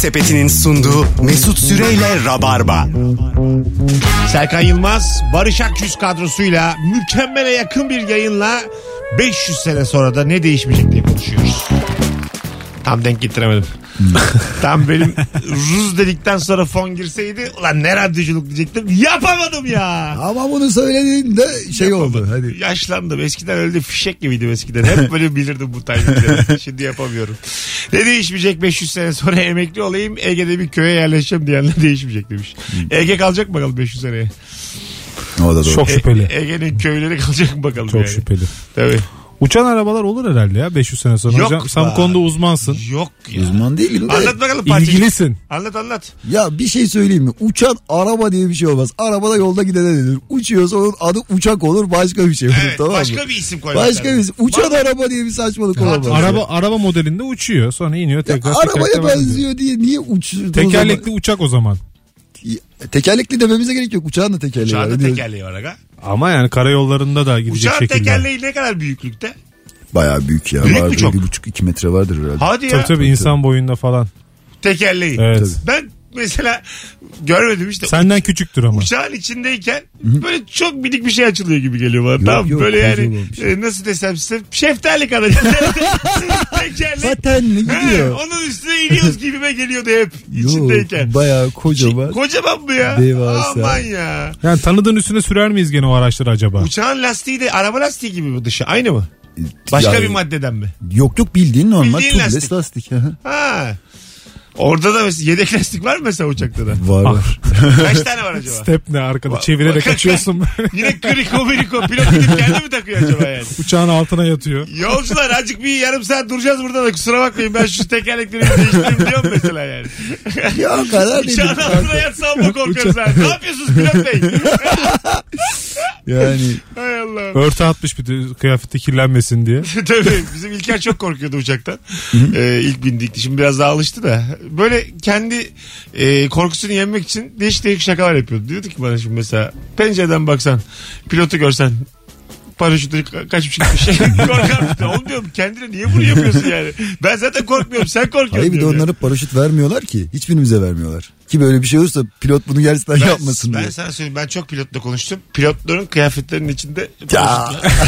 Sepeti'nin sunduğu Mesut Süreyle Rabarba. Serkan Yılmaz, Barış Akgüz kadrosuyla mükemmele yakın bir yayınla 500 sene sonra da ne değişmeyecek diye konuşuyoruz. Tam denk getiremedim. Tam benim Ruz dedikten sonra fon girseydi ulan ne radyoculuk diyecektim. Yapamadım ya. Ama bunu söylediğinde oldu. Hadi. Yaşlandım. Eskiden öyle fişek gibiydim eskiden. Hep böyle bilirdim bu timingleri. Şimdi yapamıyorum. Ne değişmeyecek 500 sene sonra emekli olayım Ege'de bir köye yerleşeceğim diyenler değişmeyecek demiş. Ege kalacak mı bakalım 500 seneye? O da doğru. Çok şüpheli. Ege'nin köyleri kalacak mı bakalım? Çok yani. şüpheli. Tabii. Uçan arabalar olur herhalde ya 500 sene sonra. Yok Hocam, sen bu konuda uzmansın. Yok ya. Uzman değilim de. Anlat bakalım parçacık. İlgilisin. Anlat. Ya bir şey söyleyeyim mi? Uçan araba diye bir şey olmaz. Arabada yolda gidene denir. Uçuyorsa onun adı uçak olur, başka bir şey olur. Evet, tamam mı? başka bir isim koymak Başka bir isim. Uçan araba diye bir saçmalık olamaz. Araba modelinde uçuyor, sonra iniyor tekrar. Arabaya benziyor diye niye uçuyor? Tekerlekli uçak o zaman. Tekerlekli dememize gerek yok. Uçağın da tekerleği var. Uçağın da tekerleği var aga. Ama yani karayollarında da gidecek Uçağın şekilde. tekerleği ne kadar büyüklükte? Bayağı büyük ya. Büyük mü vardır, çok? 1,5-2 metre vardır herhalde. Hadi ya. Tabii insan boyunda falan. Tekerleği. Evet. Ben mesela görmedim işte. Senden küçüktür ama. Uçağın içindeyken böyle çok minik bir şey açılıyor gibi geliyor bana. Yok, Tamam yok, böyle yani şey. nasıl desem size şeftali kadar. Tekerlek. Patenli gidiyor. Onun üstüne iniyoruz gibime geliyordu hep içindeyken. Yok, bayağı kocaman. Kocaman mı ya? Devasa. Aman ya. Yani tanıdığın üstüne sürer miyiz gene o araçları acaba? Uçağın lastiği de araba lastiği gibi mi dışı? Aynı mı? Başka bir maddeden mi? Yok bildiğin normal Bildiğin tubeless lastik. Ha. Orada da mesela yedek lastik var mı mesela uçakta da? Var. Kaç tane var acaba? Step ne arkada çevirerek açıyorsun böyle. Yine kriko pilot gidip kendi mi takıyor acaba yani? Uçağın altına yatıyor. Yolcular azıcık bir yarım saat duracağız burada da kusura bakmayın ben şu tekerlekleri değiştireyim diyorum mesela yani. Ya o kadar değil. Uçağın altına yatsam mı korkarız ha? Ne yapıyorsunuz pilot bey? Yani. Hay Allah. Örtü atmış bir de kıyafeti kirlenmesin diye. Tabii bizim İlker çok korkuyordu uçaktan. İlk bindikti. Şimdi biraz daha alıştı da. Böyle kendi korkusunu yenmek için değişik şakalar yapıyordu. Diyordu ki bana şimdi mesela pencereden baksan pilotu görsen paraşütü kaçmış gitmiş şey korkar mısın? Oğlum diyorum kendine niye bunu yapıyorsun yani? Ben zaten korkmuyorum sen korkuyorsun. Hayır bir de onlara paraşüt vermiyorlar ki. Hiçbirimize vermiyorlar. Ki böyle bir şey olursa pilot bunu gerçekten yapmasın diye. Ben sana söyleyeyim ben çok pilotla konuştum. Pilotların kıyafetlerinin içinde ya.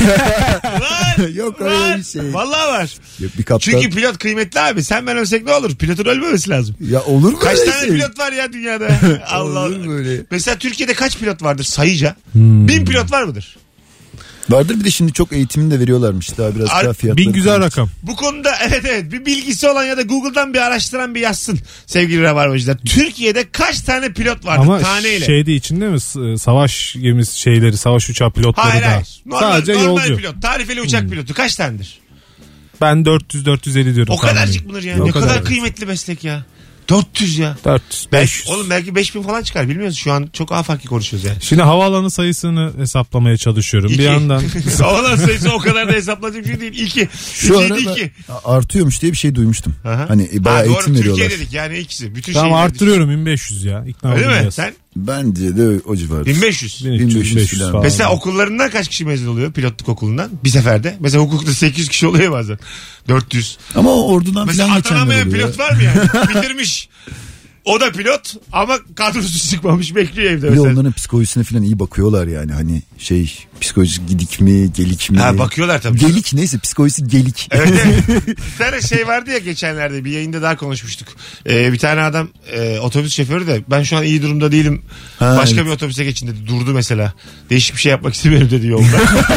var. Yok öyle bir şey. Vallahi var. Yok, bir kaptan... Çünkü pilot kıymetli abi. Sen ben ölsek ne olur? Pilotun ölmemesi lazım. Ya olur mu kaç öyle tane şey? pilot var ya dünyada? Allah Allah. Böyle. Mesela Türkiye'de kaç pilot vardır sayıca? 1000 pilot var mıdır? Vardır bir de şimdi çok eğitimini de veriyorlarmış. Daha biraz daha fiyatları. 1000 güzel rakam. Bu konuda evet bir bilgisi olan ya da Google'dan bir araştıran bir yazsın sevgili Rabarbacılar. Türkiye'de kaç tane pilot vardır ama taneyle? şeyde içinde mi savaş gemisi şeyleri savaş uçağı pilotları Hayır da? hayır. Sadece normal yolcu. pilot. Tarifeli uçak pilotu kaç tanedir? Ben 400-450 diyorum. O kadarcık bunlar yani. Yok, Ne kadar evet. kıymetli meslek ya. 400 ya. 400, Belki, 500. oğlum belki 5000 falan çıkar bilmiyoruz. Şu an çok afaki konuşuyoruz yani. Şimdi havaalanı sayısını hesaplamaya çalışıyorum. İki. Bir yandan Havalan sayısı o kadar da hesaplanacak şey değil. 2. Şu ara artıyormuş diye bir şey duymuştum. Aha. Hani bayağı doğru, eğitim veriyorlar. Türkiye dedik yani ikisi. Bütün tamam şeyleri arttırıyorum 1500 ya. İkna Öyle mi? olacağız. Sen? Bence de o civarda. 1500. 1500 falan. Mesela okullarından kaç kişi mezun oluyor pilotluk okulundan bir seferde? Mesela hukukta 800 kişi oluyor bazen. 400. Ama ordudan Mesela falan geçenler atanamayan oluyor. pilot var mı yani? Bitirmiş. O da pilot ama kadrosu çıkmamış bekliyor evde Bir de mesela. onların psikolojisine falan iyi bakıyorlar yani. Hani psikolojisi gidik mi gelik mi? Ha bakıyorlar tabii. Gelik neyse psikolojisi gelik. Evet, evet. Bir tane şey vardı ya geçenlerde bir yayında daha konuşmuştuk. Bir tane adam otobüs şoförü de ben şu an iyi durumda değilim. Başka bir otobüse geçin dedi. Durdu mesela. Değişik bir şey yapmak istemiyorum dedi yolda.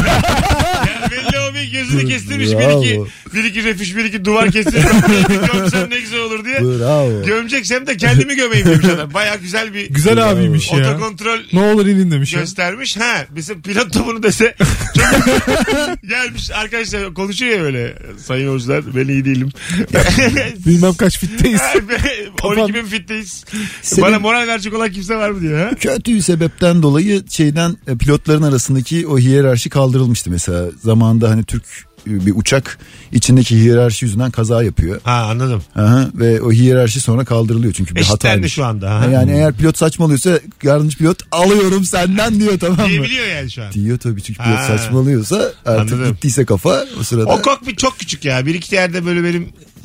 Yani belli o bir gözünü kestirmiş bir iki refüj bir iki duvar kestirmiş. Gömsem ne güzel olur diye. Bravo. Gömeceksem de kendimi gömeyim demiş adam. Baya güzel bir Güzel abiymiş ya. otokontrol Ne olur inin demiş ya. göstermiş. Ha bizim pilot da bunu dese çok gelmiş arkadaşlar konuşuyor ya öyle. Sayın yolcular ben iyi değilim. Bilmem kaç fitteyiz. 12 bin fitteyiz. Senin- Bana moral verecek olan kimse var mı diye. Ha? Kötü sebepten dolayı pilotların arasındaki o hiyerarşi kaldırılmıştı mesela. Zamanında hani Türk bir uçak içindeki hiyerarşi yüzünden kaza yapıyor. Ha anladım. Aha, ve o hiyerarşi sonra kaldırılıyor çünkü bir Eşitlendi hataymış. şu anda. Ha? Yani eğer pilot saçmalıyorsa yardımcı pilot alıyorum senden diyor tamam mı? Diyebiliyor yani şu an. Diyor tabii çünkü pilot Ha. saçmalıyorsa artık Anladım. gittiyse kafa o sırada. O kokpit çok küçük ya. Bir iki yerde böyle benim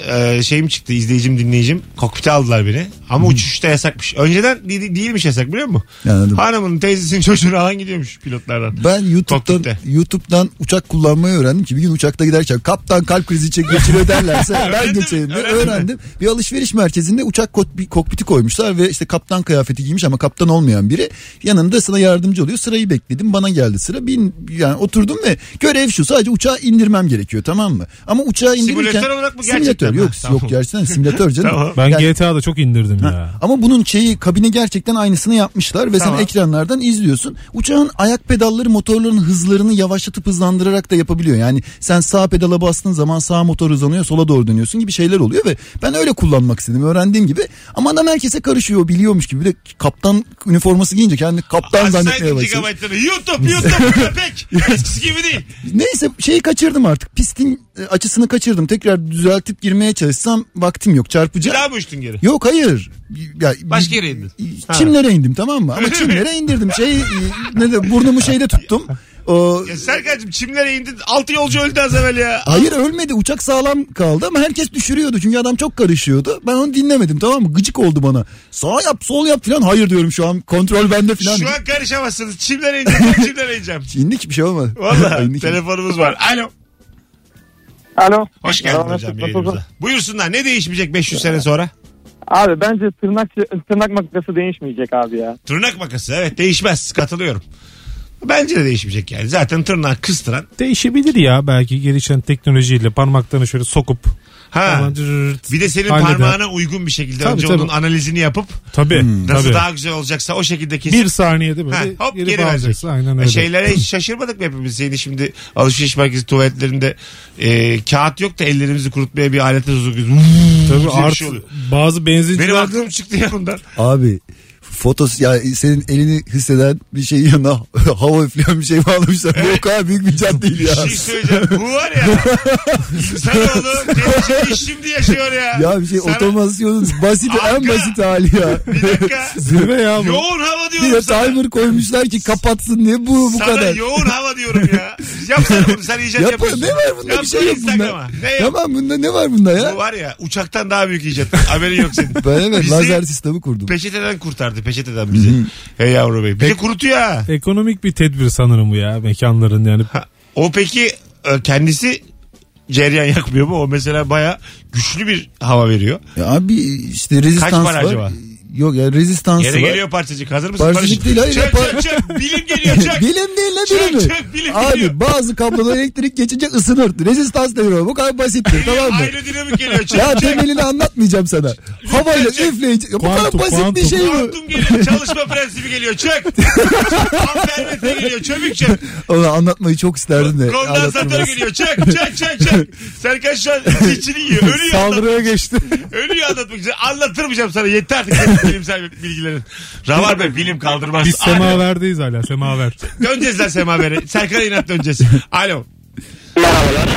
şeyim çıktı, izleyicim dinleyicim. Kokpite aldılar beni. Ama uçuşta yasakmış. Önceden değilmiş yasak, biliyor musun? Anladım. Hanımın teyzesinin çocuğunu alan gidiyormuş pilotlardan. Ben Kokpitte. YouTube'dan uçak kullanmayı öğrendim ki bir gün uçakta giderken kaptan kalp krizi geçiriyor derlerse ben geçeyim diye öğrendim. Bir alışveriş merkezinde uçak kokpiti koymuşlar ve işte kaptan kıyafeti giymiş ama kaptan olmayan biri yanında sana yardımcı oluyor. Sırayı bekledim, bana geldi sıra. Yani oturdum ve görev şu, sadece uçağı indirmem gerekiyor, tamam mı? Ama uçağı indirirken simülatör olarak mı gerçekten? Simülatör yok, Tamam. yok gerçekten simülatör canım. Tamam. Ben Yani- GTA'da çok indirdim ya. Ama bunun kabine gerçekten aynısını yapmışlar ve Tamam. sen ekranlardan izliyorsun. Uçağın ayak pedalları motorların hızlarını yavaşlatıp hızlandırarak da yapabiliyor. Yani sen sağ pedala bastığın zaman sağ motor hızlanıyor, sola doğru dönüyorsun gibi şeyler oluyor ve ben öyle kullanmak istedim öğrendiğim gibi. Ama adam herkese karışıyor, biliyormuş gibi. Bir de kaptan üniforması giyince kendini kaptan zannetmeye başlıyor. gigabaytları. YouTube köpek. Eskisi gibi değil. Neyse şeyi kaçırdım artık. Pistin açısını kaçırdım. Tekrar düzeltip girmeye çalışsam vaktim yok. Bir Çarpacağım. daha mı uçtun geri? Yok, hayır. Ya, Başka yere indin. Çimlere indim, tamam mı? Ama çimlere indirdim. Burnumu şeyde tuttum. Ya Serkan'cığım, çimlere indin. 6 yolcu öldü az evvel ya. Hayır, ölmedi. Uçak sağlam kaldı ama herkes düşürüyordu. Çünkü adam çok karışıyordu. Ben onu dinlemedim, tamam mı? Gıcık oldu bana. Sağ yap, sol yap falan. Hayır diyorum, şu an kontrol bende falan. Şu an karışamazsınız. Çimlere ineceğim. Çimlere ineceğim. İndik, bir şey olmadı. Valla İndik. telefonumuz var. Alo. Alo. Hoş geldin Merhaba, hocam nasılsın? yayınımıza. Buyursunlar, ne değişmeyecek 500 sene sonra? Abi bence tırnak makası değişmeyecek abi ya. Tırnak makası, evet, değişmez, katılıyorum. Bence de değişmeyecek yani. Zaten tırnağı kıstıran. Değişebilir ya, belki gelişen teknolojiyle parmaklarını şöyle sokup. Ha. Cırt, Bir de senin halleder. parmağına uygun bir şekilde Tabii, önce tabii. onun analizini yapıp Tabii. nasıl tabii. daha güzel olacaksa o şekilde kesip. Bir saniyede böyle Ha, hop geri geri bağlayacaksın. verecek. Aynen öyle. Şeylere hiç şaşırmadık mı hepimiz? Seni şimdi alışveriş merkezi tuvaletlerinde kağıt yok da ellerimizi kurutmaya bir alete sokuyoruz. Tabii Şey oluyor. bazı Benim benzincilerde aklım çıktı ya bundan. Abi fotos ya, senin elini hisseden bir şeyin yanına hava üfleyen bir şey bağlamışlar. Bu o kadar büyük bir can değil ya. Bir şey söyleyeceğim. Bu var ya. Sen oğlum gelişim iş şimdi yaşıyor ya. Ya bir şey, Sana- otomasyonun basit, en Arka- basit hali ya. Bir dakika. zirve ya bu. Yoğun hava Bir diyorum de sana. timer koymuşlar ki kapatsın, ne bu Sana kadar. yoğun hava diyorum ya. Yapsana bunu, sen icat yapıyorsun. Ne var bunda, bir şey yok bunda. Instagram'a. Ne yok? Tamam, bunda ne var bunda ya? Bu var ya, uçaktan daha büyük icat. Haberin yok senin. Ben evet Bizi lazer sistemi kurdum. Peçeteden kurtardı. Peçeteden bizi. Hey yavru bey. Bir de kurutuyor ha. Ekonomik bir tedbir sanırım bu ya, mekanların yani. O peki kendisi cereyan yakmıyor mu? O mesela baya güçlü bir hava veriyor. Ya abi işte rezistans para var. acaba? Yok ya, rezistansı Yere var. geliyor parçacık. Hazır mısın? Parçacık Barış? değil, hayır. Çök çök. Bilim geliyor çök. Bilim değil, ne Çök, bilimi? çök, bilim Abi geliyor. bazı kablolar elektrik geçince ısınır. Rezistans devri, bu kadar basittir, tamam mı? Aerodinamik geliyor. Çök Ya çök. temelini anlatmayacağım sana. Havayla çök. üfleyici. Bu kadar Kuantum, basit bir kuantum. şey bu. Kuantum geliyor. Çalışma prensibi geliyor. Çök. Amper metre geliyor. Çömük çök. Onu anlatmayı çok isterdim de. Kondansatör anlatılmaz. geliyor. Çök çök çök çök. Serkan şu an içini yiyor. Ölüyor. Saldırıya geçti. Ölüyor anlatmak için. Anlatırmayacağım sana. Yeter artık senin bilimsel bilgilerin. Ravar be, bilim kaldırmaz. Biz semaverdeyiz hala, semaver. Döneceğiz lan semavere. Serkan'a inat döneceğiz. Alo. Merhabalar.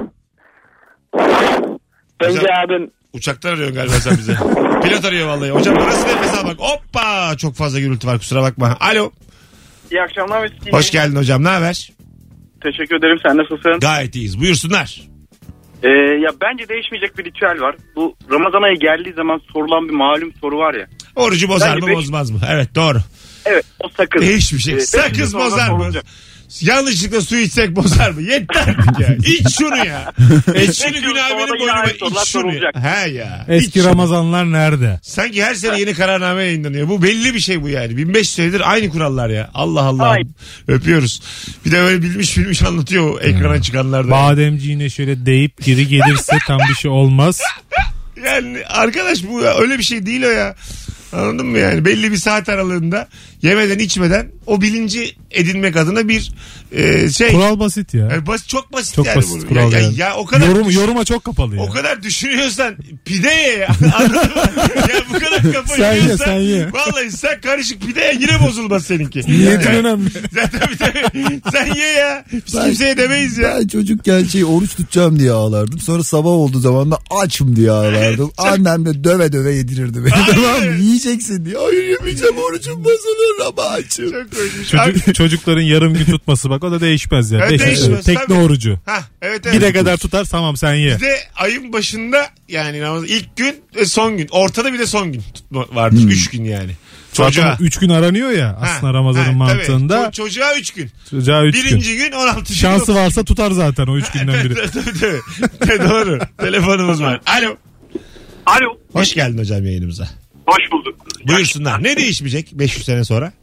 Bence Hocam- abim Uçaktan arıyorsun galiba sen bize. Pilot arıyor vallahi. Hocam burası nefes al bak. Hoppa. Çok fazla gürültü var, kusura bakma. Alo. iyi akşamlar Mesut. Hoş geldin hocam. Ne haber? Teşekkür ederim, sen nasılsın? Gayet iyiyiz. Buyursunlar. Ya bence değişmeyecek bir ritüel var. Bu Ramazan ayı geldiği zaman sorulan bir malum soru var ya. Orucu bozar Bence mı bozmaz mı? Evet, doğru. Evet, o sakız. Hiçbir şey. Sakız sonra bozar mı? sorulacak. Yanlışlıkla su içsek bozar mı? Yeter artık ya. İç şunu ya. İç şunu, günah Sonra benim yine boynuma. aynı sorular İç şunu ya. sorulacak. He ya. Eski İç şunu. Ramazanlar nerede? Sanki her sene yeni kararname yayınlanıyor. Bu belli bir şey bu yani. 1500 senedir aynı kurallar ya. Allah Allah. Ay. Öpüyoruz. Bir de öyle bilmiş anlatıyor o ekrana çıkanlar da. Bademciğine şöyle deyip geri gelirse tam bir şey olmaz. Yani arkadaş bu öyle bir şey değil o ya. Anladın mı yani? Belli bir saat aralığında yemeden içmeden o bilinci edinmek adına bir şey. Kural basit ya. Yani çok basit Çok yani. basit bu. kural ya, yani. ya o kadar Yoruma çok kapalı ya. o kadar düşünüyorsan pide ye ya. Anladın mı? Ya bu kadar kafa Sen ye, yiyorsan sen ye. vallahi sen karışık pide ye, yine bozulmaz seninki. Niyetin Yani önemli. zaten bir de sen ye ya. Biz Ben- kimseye demeyiz ya. Ben çocukken oruç tutacağım diye ağlardım. Sonra sabah olduğu zaman da açım diye ağlardım. Annem de döve döve yedirirdi beni. Hayır. Tamam mı? Yiyeceksin diye. Hayır, yemeyeceğim, orucum bozulur. Rabacığım. Çok koymuş. Çocukların yarım gün tutması bak o da değişmez ya. Evet, değişmez, Tekne tabii. orucu. Evet. 1'e kadar tutar tamam sen ye. Bir de ayın başında yani ilk gün ve son gün. Ortada bir de son gün tutma vardır. 3 gün yani. Çocuğa. Zaten 3 gün aranıyor ya aslında Ramazan'ın mantığında. Tabii. Çocuğa 3 gün. Çocuğa 3 gün. Birinci gün 16. Şansı varsa tutar zaten o 3 günden biri. Tabii. Doğru. Telefonumuz var. Alo. Alo. Hoş geldin hocam yayınımıza. Hoş bulduk. Buyursunlar. Ne değişmeyecek 500 sene sonra?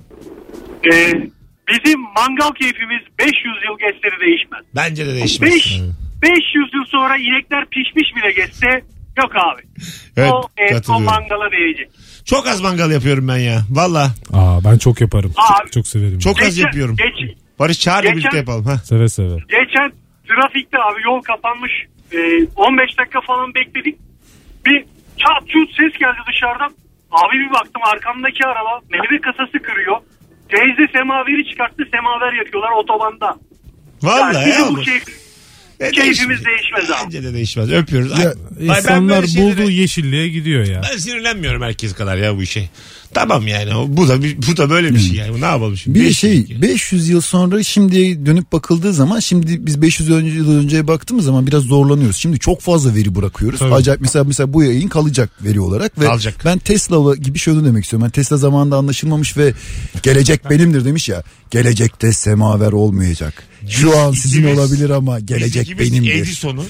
Bizim mangal keyfimiz 500 yıl geçse de değişmez. Bence de değişmez. 500 yıl sonra inekler pişmiş bile geçse yok abi. Evet, O katılıyorum. mangala değecek. Çok az mangal yapıyorum ben ya. Valla. Ben çok yaparım. Abi, çok severim. Çok az yapıyorum. Barış çağır da birlikte yapalım. Ha. Seve seve. Geçen trafikte abi yol kapanmış. 15 dakika falan bekledik. Bir çat çut ses geldi dışarıdan. Abi bir baktım arkamdaki araba meyve kasası kırıyor. Teyze semaveri çıkarttı, semaver yakıyorlar otobanda. Valla Yani ya. bu keyfimiz değişmez abi. Bence de değişmez. Öpüyoruz. Ya, İnsanlar böyle şeylere- bulduğu yeşilliğe gidiyor ya. Ben sinirlenmiyorum herkes kadar ya bu işe. Tamam yani bu da böyle bir şey yani. Ne yapalım şimdi? Bir de 500 500 yıl sonra şimdiye dönüp bakıldığı zaman şimdi biz 500 yıl önceye baktığımız zaman biraz zorlanıyoruz. Şimdi çok fazla veri bırakıyoruz. Tabii. Acayip mesela bu yayın kalacak veri olarak ve Kalacak. ben Tesla gibi şöyle demek istiyorum. Ben Tesla zamanında anlaşılmamış ve gelecek benimdir demiş ya. Gelecekte semaver olmayacak. Şu an sizin ikimiz- olabilir ama gelecek Biz ikimiz benimdir. Edison'u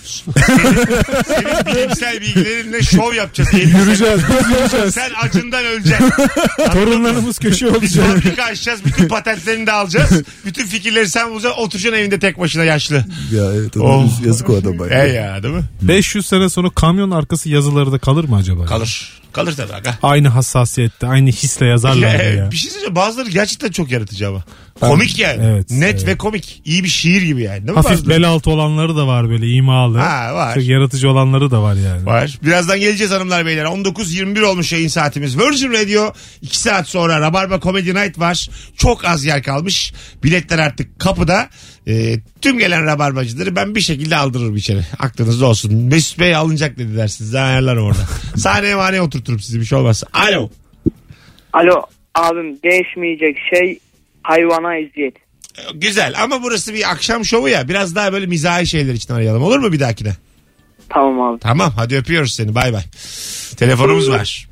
senin bilimsel bilgilerinle şov yapacağız. Yürüyeceğiz. Sen acından öleceksin. Torunlarımız köşe Biz olacak. fabrika açacağız. Bütün patentlerini de alacağız. Bütün fikirleri sen bulacaksın. Oturacaksın evinde tek başına yaşlı. Ya evet Oh. yazık o adama. Ya değil mi? 500 sene sonra kamyon arkası yazıları da kalır mı acaba? Kalır. Kalır tabii aga. Aynı hassasiyette, aynı hisle yazarlar ya. Bir şey söyleyeceğim. Bazıları gerçekten çok yaratıcı ama. Komik yani. Evet, Net evet. ve komik. İyi bir şiir gibi yani. Değil mi Hafif bazıları? bel altı olanları da var böyle imalı. Ha, var. Çok yaratıcı olanları da var yani. Var. Birazdan geleceğiz hanımlar beyler. 19.21 olmuş yayın saatimiz. Virgin Radio 2 saat sonra Rabarba Comedy Night var. Çok az yer kalmış. Biletler artık kapıda. Tüm gelen rabarbacıları ben bir şekilde aldırırım içeri. Aklınızda olsun. Mesut Bey alınacak dediler size. Ayarlarım orada. Sahneye maneye oturturum sizi bir şey olmazsa. Alo. Alo abim, değişmeyecek şey hayvana eziyet. Güzel ama burası bir akşam şovu ya. Biraz daha böyle mizahi şeyler için arayalım. Olur mu bir dahakine? Tamam abi. Tamam hadi öpüyoruz seni. Bay bay. Telefonumuz var.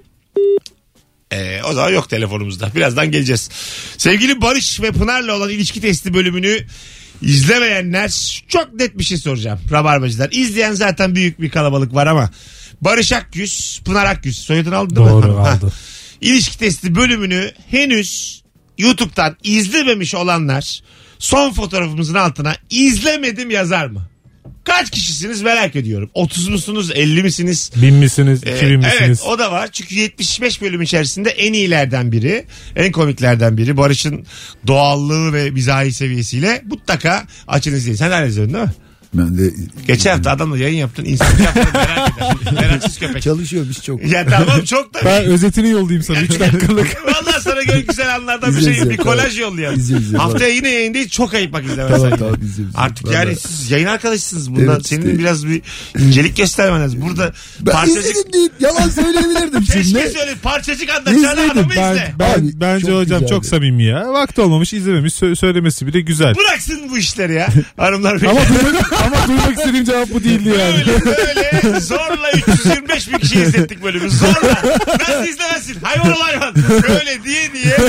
O zaman yok telefonumuzda. Birazdan geleceğiz. Sevgili Barış ve Pınar'la olan ilişki testi bölümünü izlemeyenler çok net bir şey soracağım. Rabarbacılar. İzleyen zaten büyük bir kalabalık var ama Barış Akyüz, Pınar Akyüz. Soyadını aldın değil mi? Doğru aldı. İlişki testi bölümünü henüz YouTube'dan izlememiş olanlar son fotoğrafımızın altına izlemedim yazar mı? Kaç kişisiniz merak ediyorum. 30 musunuz? 50 misiniz? 1000 misiniz? 2000 misiniz? Evet o da var. Çünkü 75 bölüm içerisinde en iyilerden biri, en komiklerden biri. Barış'ın doğallığı ve mizahi seviyesiyle mutlaka açın izleyin. Sen hala izledin değil mi? Ben de Geçen hafta adamla yayın yaptın. İnsan yaptığını merak eder. Meraksız köpek. çalışıyor biz çok. Ya tamam çok da. Ben özetini yollayayım sana 3 dakikalık. Vallahi sana göre güzel anlardan bir İzleyeceğim, bir kolaj yollayalım. İzleyeceğim, Haftaya yine yayındayız. Çok ayıp bak izlemezsen. Tamam izleyeceğim. Artık Vallahi. yani siz yayın arkadaşsınız. Bundan Evet, senin işte. biraz bir incelik göstermen lazım. Burada Ben parçacık izledim deyip yalan söyleyebilirdim keşke şimdi. söyle parçacık anlatacağını İzledim. adamı izle. Bence çok hocam güzeldi. çok samimi ya. Vakti olmamış izlememiş söylemesi bile güzel. Bıraksın bu işleri ya. Hanımlar beyler. ama duymak istediğim cevap bu değildi yani. Böyle zorla 325 bin kişi izlettik bölümü. Zorla. Nasıl izlemezsin? Hayvan ol hayvan. Böyle diye.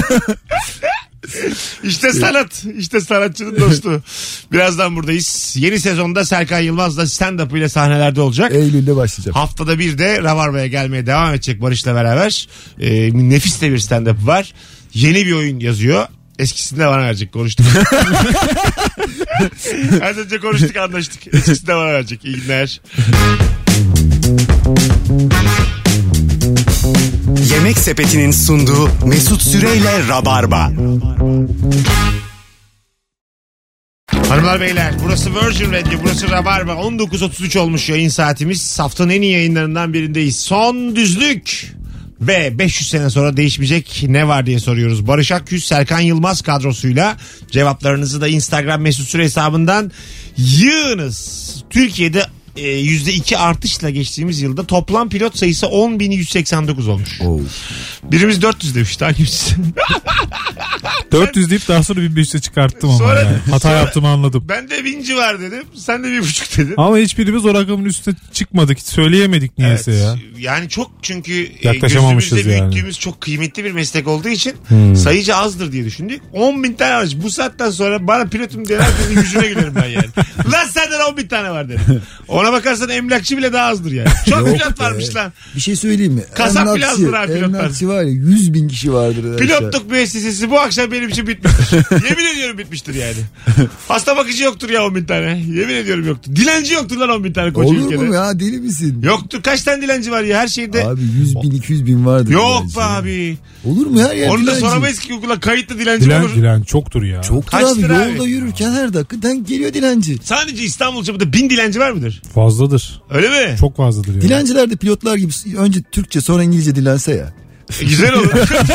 İşte sanat. İşte sanatçının dostu. Birazdan buradayız. Yeni sezonda Serkan Yılmaz da stand-up ile sahnelerde olacak. Eylül'de başlayacağım. Haftada bir de Rabarba'ya gelmeye devam edecek Barış'la beraber. Nefis de bir stand-up var. Yeni bir oyun yazıyor. Eskisini de bana verecek, konuştuk. Az önce konuştuk, anlaştık. Eskisini de bana verecek. İyi günler. Yemek Sepeti'nin sunduğu Mesut Süreyle Rabarba. Hanımlar beyler, burası Virgin Radio, burası Rabarba. 19.33 olmuş yayın saatimiz. Haftanın en iyi yayınlarından birindeyiz. Son düzlük. Ve 500 sene sonra değişmeyecek ne var diye soruyoruz. Barış Akyüz, Serkan Yılmaz kadrosuyla cevaplarınızı da Instagram Mesut Süre hesabından yığınız. Türkiye'de %2 artışla geçtiğimiz yılda toplam pilot sayısı 10.189 olmuş. Oh. Birimiz 400 demişti hangimiz? 400 deyip daha sonra 1500'e çıkarttım ama Sonra- yani. Hata yaptığımı anladım. Ben de 1000'ci var dedim. Sen de 1,5 dedin. Ama hiçbirimiz o rakamın üstüne çıkmadık. Hiç söyleyemedik niyeyse ya. Yani çok çünkü Yaklaşamamışız gözümüzde yani. büyüttüğümüz çok kıymetli bir meslek olduğu için sayıca azdır diye düşündük. 10.000 tane var. Bu saatten sonra bana pilotum diyen herkesin yüzüne gülerim ben yani. Lan senden 10.000 tane var derim. Ona bakarsan emlakçı bile daha azdır yani. Çok Yok pilot be. varmış lan. Bir şey söyleyeyim mi? Kasap bile azdır ha pilotlar. Emlakçı var ya 100.000 kişi vardır. Pilotluk müessesesi bu akşam benim için bitmiştir. Yemin ediyorum bitmiştir yani. Hasta bakıcı yoktur ya 10.000 tane. Yemin ediyorum yoktur. Dilenci yoktur lan 10.000 tane koca Olur ülkede. mu ya, deli misin? Yoktur. Kaç tane dilenci var ya her şeyde? Abi 100.000-200.000 vardır. Yok dilenci. be abi. Olur mu her yer Onu da dilenci? soramayız ki okula kayıtlı dilenci mi olur. Dilen çoktur ya. Çoktur Kaçtır abi, abi? yolda yürürken her dakika geliyor dilenci. Sadece İstanbul çapında 1000 dilenci var mıdır? Fazladır. Öyle mi? Çok fazladır ya. Dilenciler de pilotlar gibi önce Türkçe sonra İngilizce dilense ya. Güzel olur.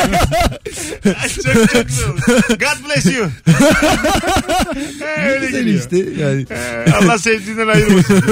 çok güzel olur. God bless you. Öyle Güzel geliyor. işte yani. Allah sevdiğinden ayırmasın.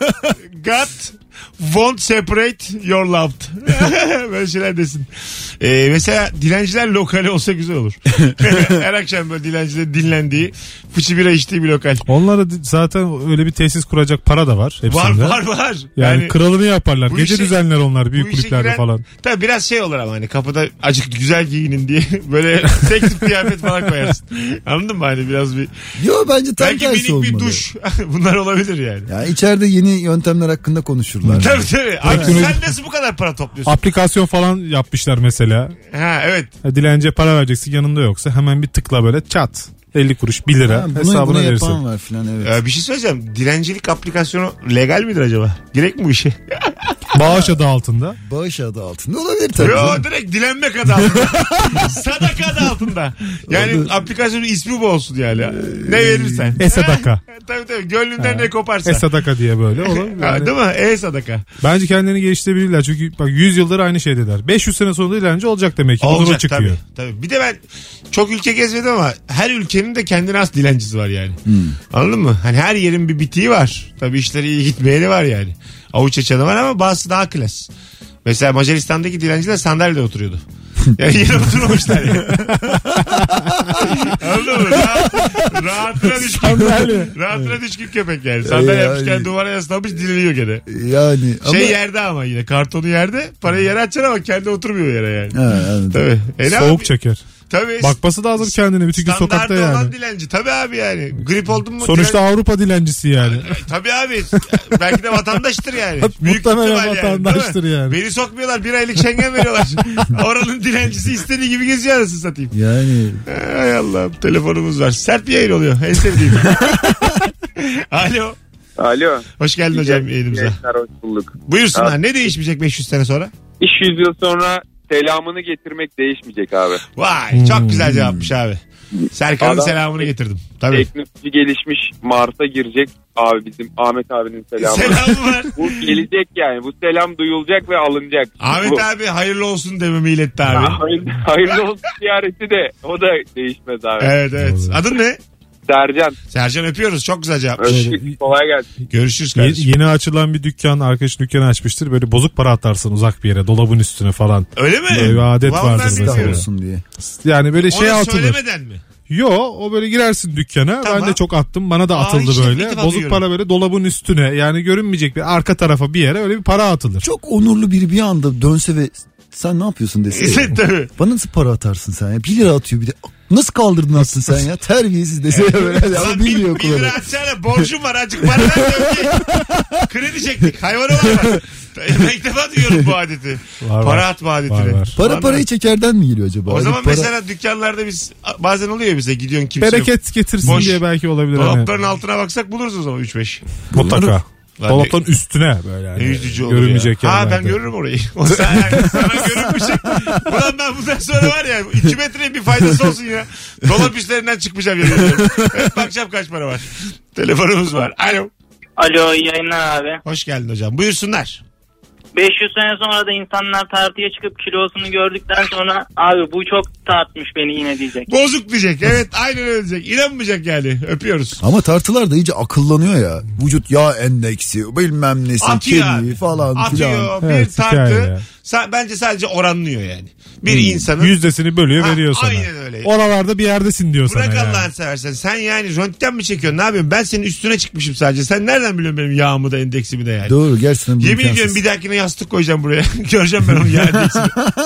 God won't separate your loved. Böyle şeyler desin. Mesela dilenciler lokali olsa güzel olur. Her akşam böyle dilencilerin dinlendiği, fıçı bira içtiği bir lokal. Onlara zaten öyle bir tesis kuracak para da var hepsinde. Var. Yani kralını yaparlar. bu Gece işe- düzenler onlar büyük bu işe kulüplerde giren- falan. Tabii biraz şey olur ama hani kapıda acık güzel giyinin diye böyle tek tip kıyafet falan koyarsın. Anladın mı hani biraz bir Yo bence tam belki tersi minik olmalı. bir duş. Bunlar olabilir yani. Ya içeride yeni yöntemler hakkında konuşurlar. Tabii. Abi Teknoloji- sen nasıl bu kadar para topluyorsun? Aplikasyon falan yapmışlar mesela. Ha evet. Dilenciye para vereceksin, yanında yoksa hemen bir tıkla böyle çat. 50 kuruş 1 lira Ha, bunu hesabına yapan verirsin. var filan, evet. Bir şey söyleyeceğim. Dilencilik aplikasyonu legal midir acaba? Gerek mi bu işe? Bağış adı altında. Bağış adı altında olabilir tabii. Yo canım. direkt dilenmek adı altında. Sadaka adı altında. Yani Olur. aplikasyonun ismi bu olsun yani. Ne verirsen. E-sadaka. Tabii. Gönlünden ne koparsa. E-sadaka diye böyle olur. Ha, Yani değil mi? E-sadaka. bence kendilerini geliştirebilirler. Çünkü bak 100 yıldır aynı şeydeler. 500 sene sonra dilenci olacak demek ki. O zaman Olacak çıkıyor. tabii. Bir de ben çok ülke gezmedim ama her ülkenin de kendine has dilencisi var yani. Anladın mı? Hani her yerin bir bitiği var. Tabii işleri iyi gitmeyeni var yani. Avuç açanı var ama bazısı daha klas. Mesela Macaristan'daki dilenciler sandalyede oturuyordu. Yani yere oturmamışlar ya. Anladın mı? Rahatına düşkün köpek yani. Sandalye Yani. yapmışken duvara yaslamış dileniyor gene. Yani ama... Yerde ama yine kartonu yerde, parayı yere atacaksın ama kendi oturmuyor yere yani. Ha, anladım. Tabii. Soğuk çeker. Tabii. Bakması lazım kendine bütün gün sokakta Standardı olan yani. dilenci. Tabii abi yani. Grip oldun mu? Sonuçta Avrupa dilencisi yani. Tabii abi. Belki de vatandaştır yani. Muhtemelen ihtimal vatandaştır değil mi? yani. Beni sokmuyorlar. Bir aylık Schengen veriyorlar. Oranın dilencisi istediği gibi geziyor arasını satayım. Yani Ay Allah'ım. Telefonumuz var. Sert bir yayın oluyor. En sevdiğim. Alo. Alo. Hoş geldin hocam yayınımıza. Gençler hoş bulduk. Buyursunlar. Ne değişmeyecek 500 sene sonra? İş 100 yıl sonra selamını getirmek değişmeyecek abi. Vay çok güzel cevapmış abi. Serkan'ın Adam- selamını getirdim. Tabii. Teknoloji gelişmiş, Mars'a girecek abi, bizim Ahmet abinin selamı. Selamı var. Bu gelecek yani. Bu selam duyulacak ve alınacak. Ahmet Bu. abi hayırlı olsun dememi iletti abi. Hayırlı olsun ziyareti de o da değişmez abi. Evet. Adın ne? Sercan. Sercan öpüyoruz. Çok güzel cevap. Öptük. Kolay gelsin. Görüşürüz kardeşim. Yeni açılan bir dükkan, arkadaş dükkanı açmıştır. Böyle bozuk para atarsın uzak bir yere, dolabın üstüne falan. Öyle mi? Böyle bir adet Vallahi vardır ben mesela. daha bilmiyorum. olsun diye. Yani böyle Onu atılır. söylemeden mi? Yo, o böyle girersin dükkana. Tamam. Ben de çok attım. Bana da atıldı işte ilk böyle. defa Bozuk duyuyorum. para böyle dolabın üstüne. Yani görünmeyecek bir arka tarafa bir yere öyle bir para atılır. Çok onurlu biri bir anda dönse ve sen ne yapıyorsun dese. Evet tabii. Bana nasıl para atarsın sen ya? 1 lira atıyor bir de. Nasıl kaldırdın attın sen ya? Terbiyesiz dese ya böyle. Ama Lan bilmiyor bir lira kullanı. atsana borcum var azıcık para ver de kredi çektik hayvan olarak. Ben ilk defa duyuyorum bu adeti. Var, Para var. atma adetini. Var. Para Vallahi. parayı çekerden mi geliyor acaba? O Hani zaman para... mesela dükkanlarda biz bazen oluyor ya bize gidiyorsun kimse yok. Bereket getirsin Boş. diye belki olabilir. Dolapların hani. altına baksak buluruz o zaman 3-5. Mutlaka. Lan Dolapların üstüne böyle. Ne Yani. yüzücü olur Görünmeyecek ya. Ha yerlerde. ben görürüm orayı. O sana görünmüşüm. Ulan ben bundan sonra var ya 2 metreye bir faydası olsun ya. Dolap işlerinden çıkmayacağım yemin ediyorum. Evet, bakacağım kaç para var. Telefonumuz var. Alo. Alo iyi yayınlar abi. Hoş geldin hocam. Buyursunlar. 500 sene sonra da insanlar tartıya çıkıp kilosunu gördükten sonra abi bu çok tartmış beni yine diyecek. Bozuk diyecek. Evet aynen öyle diyecek. İnanmayacak yani. Öpüyoruz. Ama tartılar da iyice akıllanıyor ya. Vücut yağ endeksi bilmem nesi kemiği falan atıyor. filan. Bir Evet, tartı bence sadece oranlıyor yani. Bir insanın yüzdesini bölüyor veriyor sana. Aynen öyle. Oralarda bir yerdesin diyor Bırak sana yani. Allah'ını seversen. Sen yani röntgen mi çekiyorsun? Ne yapıyorsun? Ben senin üstüne çıkmışım sadece. Sen nereden biliyorsun benim yağımı da endeksimi de yani? Doğru gerçekten. Yemin ediyorum bir dahakine yastık koyacağım buraya. Göreceğim ben onu yağ endeksini.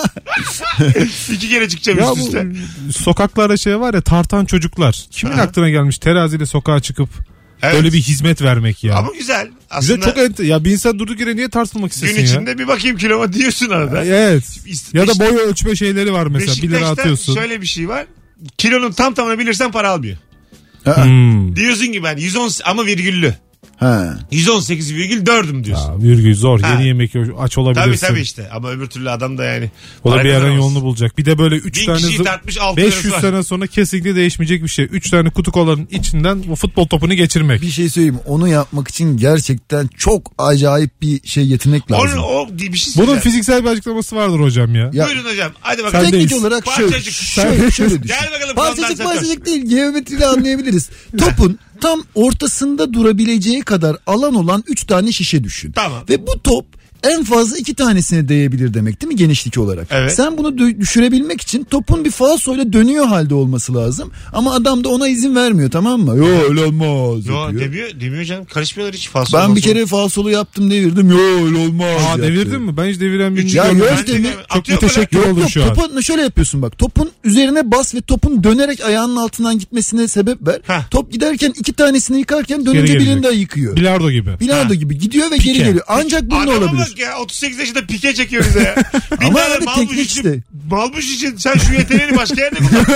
2 kere çıkacağım Ya üst üste. bu sokaklarda şey var ya, tartan çocuklar. Kimin aklına gelmiş teraziyle sokağa çıkıp Evet. böyle bir hizmet vermek ya. Ama güzel. Aslında Bize çok ya bir insan durduk yere niye tartılmak istesin gün ya? içinde bir bakayım kiloma diyorsun arada. Evet. Ya da boy ölçme şeyleri var mesela. 1 lira Beşiktaş'ta atıyorsun. şöyle bir şey var. Kilonun tam tamını bilirsen para almıyor. Diyorsun ki ben 110 ama virgüllü. Ha. 118,4'üm diyorsun. Ya, virgül zor. Ha. Yeni yemek aç olabilirsin. Tabii işte ama öbür türlü adam da yani. O da para bir yerden kazanamaz. yolunu bulacak. Bir de böyle 3 Bin tane kişiyi tartmış, 6 500 var. sene sonra kesinlikle değişmeyecek bir şey. 3 tane kutu kolanın içinden bu futbol topunu geçirmek. Bir şey söyleyeyim. Onu yapmak için gerçekten çok acayip bir şey yetenek lazım. O bir şey Bunun söyleyeceğim. fiziksel bir açıklaması vardır hocam ya. Ya, Buyurun hocam. Hadi bakalım. teknik Sendeyiz. olarak şöyle Parçacık. şöyle düşün. Gel bakalım. Parçacık değil, geometriyle anlayabiliriz. Topun tam ortasında durabileceği kadar alan olan 3 tane şişe düşün. Tamam. Ve bu top en fazla 2 tanesine değebilir demek değil mi genişlik olarak? Evet. Sen bunu düşürebilmek için topun bir falsoyla dönüyor halde olması lazım. Ama adam da ona izin vermiyor, tamam mı? Yo öyle olmaz. Yo yapıyor. demiyor canım. Karışmıyorlar hiç fazla. Ben bir kere falsolu yaptım, devirdim. Yo öyle olmaz. Aa, yaptı. devirdin mi? Ben hiç deviren birini Ya görmedim. yok değil mi? Çok müteşekkir Yok oldum yok, şu an. topun şöyle yapıyorsun bak. Topun üzerine bas ve topun dönerek ayağının altından gitmesine sebep ver. Heh. Top giderken 2 tanesini yıkarken dönünce Geri birini gelecek. de yıkıyor. Bilardo gibi. Bilardo gibi gidiyor ve geri geliyor. Ancak bunun Adama olabilir. bak ya 38 yaşında pike çekiyor bize ya. Bir Ama tane abi malmış teknik için, işte. malmış için sen şu yeteneğini başka yerde kullan.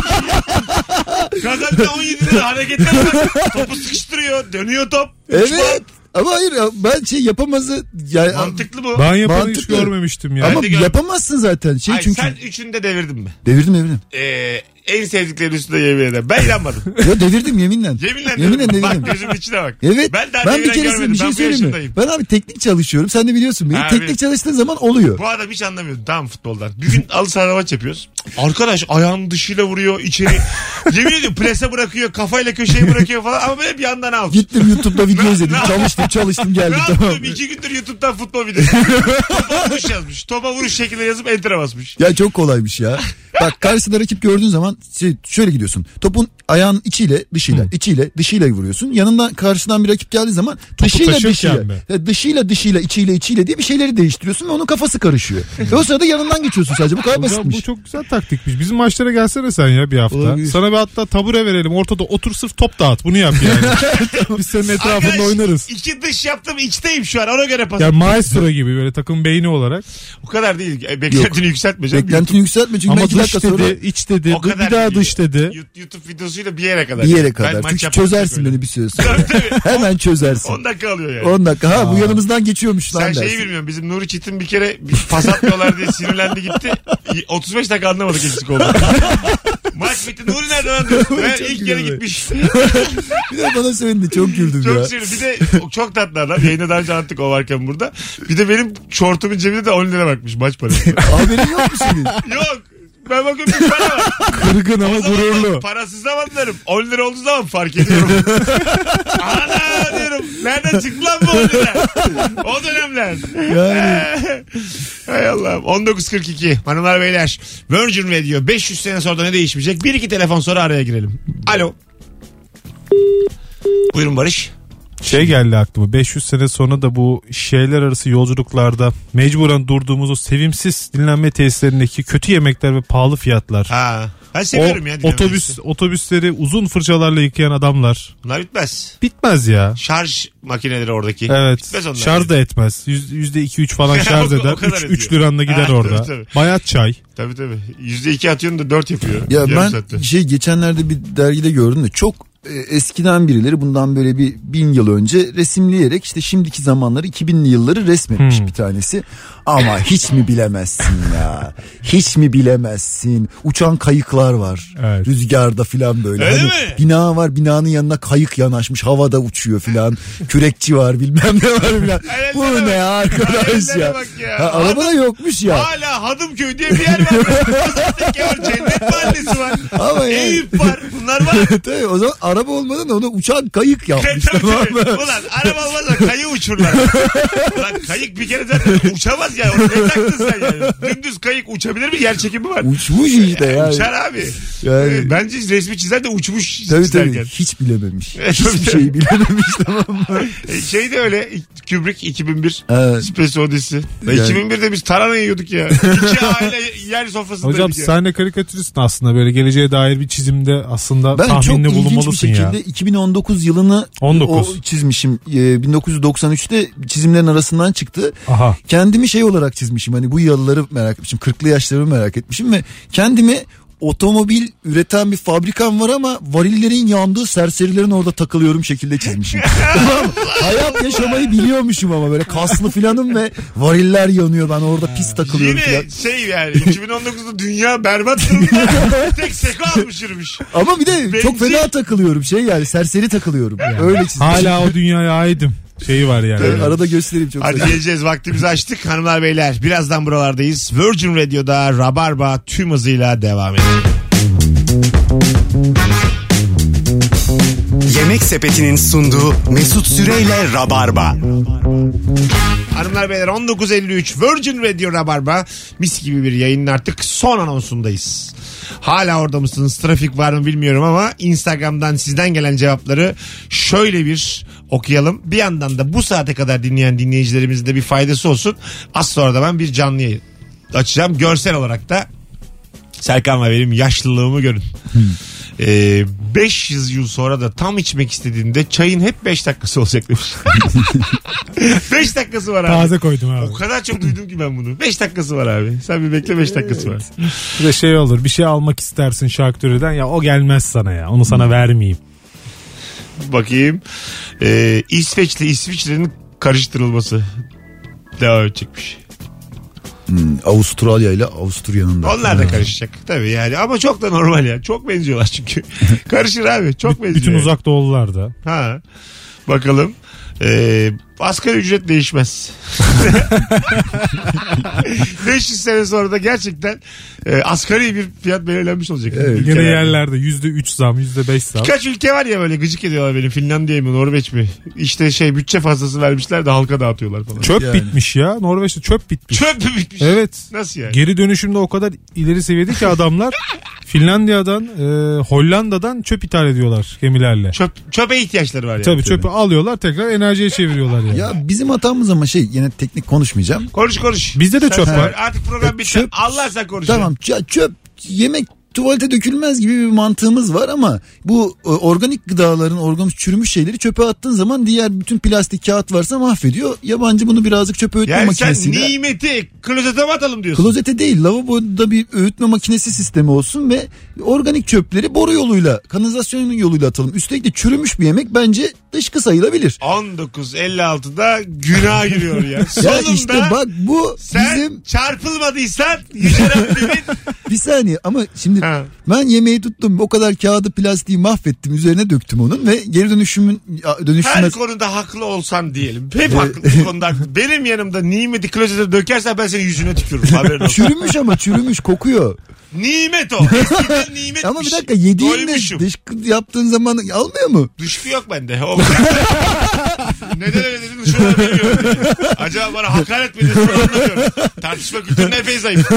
Kazandı 17'de hareketler bak. Topu sıkıştırıyor. Dönüyor top. Evet. Ama hayır ben yapamazı yani Mantıklı bu. Ben yapanı hiç Mantıklı. görmemiştim ya. ama de görmedim. yapamazsın zaten. Hayır, Çünkü sen üçünü de devirdin mi? devirdim. En sevdikleri üstünde yemin ederim. Ben inanmadım. Ya devirdim yeminle. Yeminle devirdim. bak gözümün içine bak. Evet. Ben daha Ben bir deviren keresinde görmedim. bir şey Ben bu söyleyeyim mi? yaşındayım. Ben abi teknik çalışıyorum. Sen de biliyorsun beni. Ha, Teknik evet. çalıştığın zaman oluyor. Bu adam hiç anlamıyordu tamam futboldan. Bir gün halı sahada maç yapıyoruz. Arkadaş ayağının dışıyla vuruyor içeri. Yemin ediyorum prese bırakıyor. Kafayla köşeyi bırakıyor falan. Ama böyle bir yandan out. Gittim YouTube'da video izledim. Çalıştım geldim Ne tamam. yaptım? 2 gündür YouTube'dan futbol videosu. Topa vuruş yazmış. Topa vuruş şeklinde yazıp enter'a basmış. Ya çok kolaymış ya. Bak karşısında rakip gördüğün zaman şöyle gidiyorsun. Topun ayağın içiyle dışıyla vuruyorsun. Yanından karşıdan bir rakip geldiği zaman taşırken mi? dışıyla içiyle diye bir şeyleri değiştiriyorsun ve onun kafası karışıyor. Ve o sırada yanından geçiyorsun sadece. Bu kadar Hocam basitmiş. bu çok güzel taktikmiş. Bizim maçlara gelsene sen ya bir hafta. Olabilir. Sana bir hatta tabure verelim. Ortada otur sırf top dağıt. Bunu yap yani. Biz senin etrafında Arkadaş, oynarız. 2 dış yaptım içteyim şu an ona göre pas. Yani maestro gibi böyle takım beyni olarak. O kadar değil. Beklentini yükseltme canım. Beklentini yükseltme çünkü ben Ama 2 dış dakika dedi, sonra iç dedi, O kadar bir daha değil. dış dedi. YouTube videosuyla bir yere kadar. bir yere Ben kadar. maç Çünkü yapmam çözersin böyle. beni bir süre sonra. Hemen çözersin. 10 dakika alıyor yani. 10 dakika. Ha bu yanımızdan geçiyormuş lan Sen dersin. şeyi bilmiyorsun. Bizim Nuri Çetin bir kere pas atmıyorlar diye sinirlendi gitti. 35 dakika anlamadık eksik oldu. Maç bitti. Nuri nerede lan diyor. Ben Çok ilk kere güzel. gitmiş. Bir de bana söyledi çok güldüm ya. Çok sinirli. Bir de çok tatlı adam. Yayında daha önce anlattık o varken burada. Bir de benim şortumun cebinde de 10 lira bakmış maç parası. Haberin yok mu senin? Yok. Ben bakıyorum bir para var. Kırgın ama O zaman gururlu. parasız zamanlarım. 10 lira olduğu zaman fark ediyorum. Ana diyorum. Nereden çıktı lan bu 10 lira? O dönemler. Yani. Hay Allah'ım. 19.42 hanımlar beyler. Virgin Radio 500 sene sonra da ne değişmeyecek? 1-2 telefon sonra araya girelim. Alo. Buyurun Barış. Şey geldi aklıma, 500 sene sonra da bu şehirler arası yolculuklarda mecburen durduğumuz o sevimsiz dinlenme tesislerindeki kötü yemekler ve pahalı fiyatlar. Ha. Ben seviyorum ya. Otobüsleri uzun fırçalarla yıkayan adamlar. Bunlar bitmez. Bitmez ya. Şarj makineleri oradaki. Evet. Bitmez onlar. Şarj da etmez. %2-3 falan şarj O eder. kadar 3 ediyor. liranla gider Ha, orada. tabii. Bayat çay. Tabii. %2 atıyorsun da 4 yapıyor. Ya Yarım ben saatte. geçenlerde bir dergide gördüm de çok eskiden birileri bundan böyle bir 1000 yıl önce resimleyerek işte şimdiki zamanları 2000'li yılları resmetmiş bir tanesi. Ama hiç mi bilemezsin ya? Hiç mi bilemezsin? Uçan kayıklar var. Evet. Rüzgarda filan böyle. Öyle hani mi? bina var, binanın yanına kayık yanaşmış, havada uçuyor filan. Kürekçi var, bilmem ne var filan. Bu ne ya arkadaş Hayallere ya? bak ya. Ha, araba da yokmuş ya. Hala Hadımköy diye bir yer var. Gaziantep'te var. Cennet Mahallesi var. Ama yani. Eyüp var. Bunlar var. Tabii, o zaman araba olmadan ona uçan kayık yapmış. Tabii, Tamam tabii. mı? Ulan araba olmazsa kayığı uçurlar. Ulan kayık bir kere zaten uçamaz ya. Onu ne taktın sen yani? Dümdüz kayık uçabilir mi? Yer çekimi var. Uçmuş işte yani. Uçar abi. Yani. Bence resmi çizer de uçmuş Tabii çizerken. tabii hiç bilememiş. Tabii, Hiçbir tabii. şeyi bilememiş, tamam mı? Şey de öyle. Kubrick 2001. Evet. Space Odyssey. Yani. 2001'de biz tarhana yiyorduk ya. İki aile yer sofrasındaydık Hocam ya. sahne karikatüristsin aslında, böyle geleceğe dair bir çizimde aslında Ben çok tahminde ilginç bir bulunmalısın ya. şekilde 2019 yılını 19. o çizmişim. 1993'te çizimlerin arasından çıktı. Aha. Kendimi şey olarak çizmişim. Hani bu yılları merak etmişim. 40'lı yaşlarımı merak etmişim ve kendimi otomobil üreten bir fabrikam var ama varillerin yandığı serserilerin orada takılıyorum şekilde çizmişim. Tamam mı? Hayat yaşamayı biliyormuşum ama böyle kaslı filanım ve variller yanıyor, ben orada pis takılıyorum Yine filan. şey yani 2019'da dünya berbat durumda. Tek seko almış yürümüş. Ama bir de Bence- çok fena takılıyorum, şey yani serseri takılıyorum. Öyle çizmişim. Hala o dünyaya aidim. Şeyi var yani. Evet, arada göstereyim çok. Hadi geleceğiz, vaktimizi açtık hanımlar beyler. Birazdan buralardayız. Virgin Radio'da Rabarba tüm hızıyla devam ediyor. Yemek Sepeti'nin sunduğu Mesut Süreyle Rabarba. Hanımlar beyler 19.53 Virgin Radio Rabarba. Mis gibi bir yayının artık son anonsundayız. Hala orada mısınız? Trafik var mı bilmiyorum ama Instagram'dan sizden gelen cevapları şöyle bir okuyalım. Bir yandan da bu saate kadar dinleyen dinleyicilerimizin de bir faydası olsun. Az sonra da ben bir canlı yayın açacağım. Görsel olarak da Serkan'la benim yaşlılığımı görün. 500 yıl sonra da tam içmek istediğinde çayın hep 5 dakikası olacak demiş. 5 dakikası var abi. Taze koydum abi. O kadar çok duydum ki ben bunu. 5 dakikası var abi. Sen bir bekle, 5 dakikası var. Bir de şey olur, bir şey almak istersin şarküteriden, ya o gelmez sana ya, onu sana vermeyeyim. Bakayım. İsveç'le İsviçre'nin karıştırılması devam edecekmiş. Avustralya ile Avusturya'nın da. Onlar da karışacak tabii yani, ama çok da normal ya. Çok benziyorlar çünkü. Karışır abi, çok benziyor. Bütün yani. uzak doğulular da. Ha. Bakalım. Asgari ücret değişmez. 500 sene sonra da gerçekten asgari bir fiyat belirlenmiş olacak. Evet. Yine Ülkelerde. yerlerde %3 zam, %5 zam. Birkaç ülke var ya böyle gıcık ediyorlar beni. Finlandiya mı, Norveç mi? İşte şey, bütçe fazlası vermişler de halka dağıtıyorlar falan. Çöp Yani. bitmiş ya. Norveç'te çöp bitmiş. Çöp mü bitmiş? Evet. Nasıl yani? Geri dönüşümde o kadar ileri seviyede ki adamlar Finlandiya'dan, Hollanda'dan çöp ithal ediyorlar gemilerle. Çöpe ihtiyaçları var yani. Tabii çöpü alıyorlar, tekrar enerjiye çeviriyorlar yani. Ya bizim hatamız ama şey, yine teknik konuşmayacağım. Konuş. Bizde de Sen çöp söyle. var. Artık program bitti. Çöp- Allah sen konuş. Tamam, çöp yemek tuvalete dökülmez gibi bir mantığımız var ama bu organik gıdaların, organik çürümüş şeyleri çöpe attığın zaman diğer bütün plastik kağıt varsa mahvediyor. Yabancı bunu birazcık çöpe öğütme Yani sen makinesiyle. nimeti klozete mi atalım diyorsun? Klozete değil, lavaboda bir öğütme makinesi sistemi olsun ve organik çöpleri boru yoluyla, kanalizasyon yoluyla atalım. Üstelik de çürümüş bir yemek bence dışkı sayılabilir. 19.56'da günah giriyor ya. Ya Sonunda işte bak, bu sen bizim çarpılmadıysan Yüce Rabbimin bir saniye ama şimdi Ha. ben yemeği tuttum, o kadar kağıdı plastiği mahvettim, üzerine döktüm onun ve geri her dönüşümüz konuda haklı olsan diyelim. Hep haklı bu konuda haklı. Benim yanımda nimeti klozete dökersen ben senin yüzüne tükürürüm. Haberin olsun. çürümüş ama çürümüş, kokuyor. Nimet o. Eskiden nimetmiş. Ama bir dakika, yediğinde Doymuşum. dışkı yaptığın zaman almıyor mu? Dışkı yok bende. O neden öyle dedin şunu bilmiyorum. Acaba bana hakaret mi ediyorsun anlamıyorum. Tartışma kültürünün epey zayıf.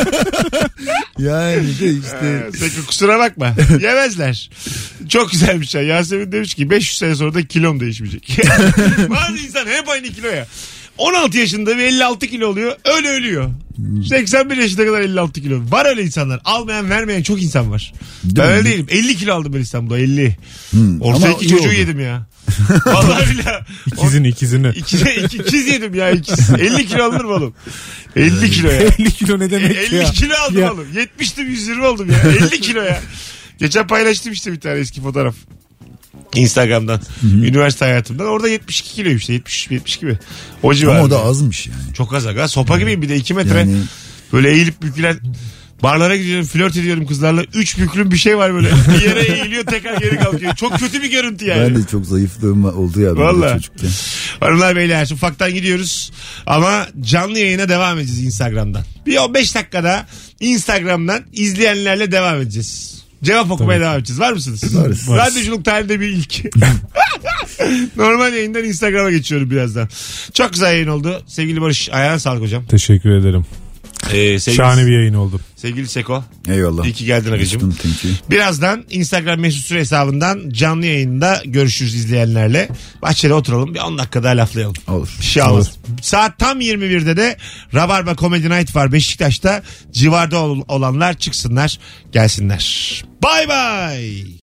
Yani de işte. Sakın kusura bakma. Yemezler. Çok güzel bir şey. Yasemin demiş ki 500 sene sonra da kilom değişmeyecek. Bazı insan hep aynı kilo ya. 16 yaşında bir 56 kilo oluyor. Öyle ölüyor. 81 yaşına kadar 56 kilo. Var öyle insanlar. Almayan vermeyen çok insan var. Ben öyle değilim. 50 kilo aldım ben İstanbul'da 50. Orta Ama iki iyi çocuğu oldu. yedim ya. Vallahi billahi. İkizini. İkiz yedim ya. İkiz. 50 kilo alınır mı oğlum? 50 kilo ya. 50 kilo ne demek 50 ya? kilo aldım Ya. oğlum. 70'tim 120 oldum ya. 50 kilo ya. Geçen paylaştım işte bir tane eski fotoğraf. Instagram'dan. Üniversite hayatımdan. Orada 72 kilo işte. 70 gibi. O civarında. Ama o da azmış yani. Çok az aga. Sopa gibiyim bir de 2 metre. Yani- Böyle eğilip bükülen. Barlara gidiyorum, flört ediyorum kızlarla. 3 büklüm bir şey var böyle. Bir yere eğiliyor, tekrar geri kalkıyor. Çok kötü bir görüntü yani. Ben de çok zayıflığım oldu ya. Vallahi. Çocukken. Hanımlar beyler ufaktan gidiyoruz. Ama canlı yayına devam edeceğiz Instagram'dan. Bir 15 dakikada Instagram'dan izleyenlerle devam edeceğiz. Cevap okumaya devam edeceğiz. Var mısınız? Varız. Radyoculuk tarihinde bir ilk. Normal yayından Instagram'a geçiyorum birazdan. Çok güzel yayın oldu. Sevgili Barış, ayağına sağlık hocam. Teşekkür ederim. Şahane bir yayın oldu. Sevgili Seko. Eyvallah. İyi ki geldin agacığım. Thank you. Birazdan Instagram mesut süre hesabından canlı yayında görüşürüz izleyenlerle. Bahçede oturalım bir 10 dakika daha laflayalım. Olur. Bir şey olmaz. Saat tam 21'de de Rabarba Comedy Night var Beşiktaş'ta. Civarda olanlar çıksınlar gelsinler. Bay bay.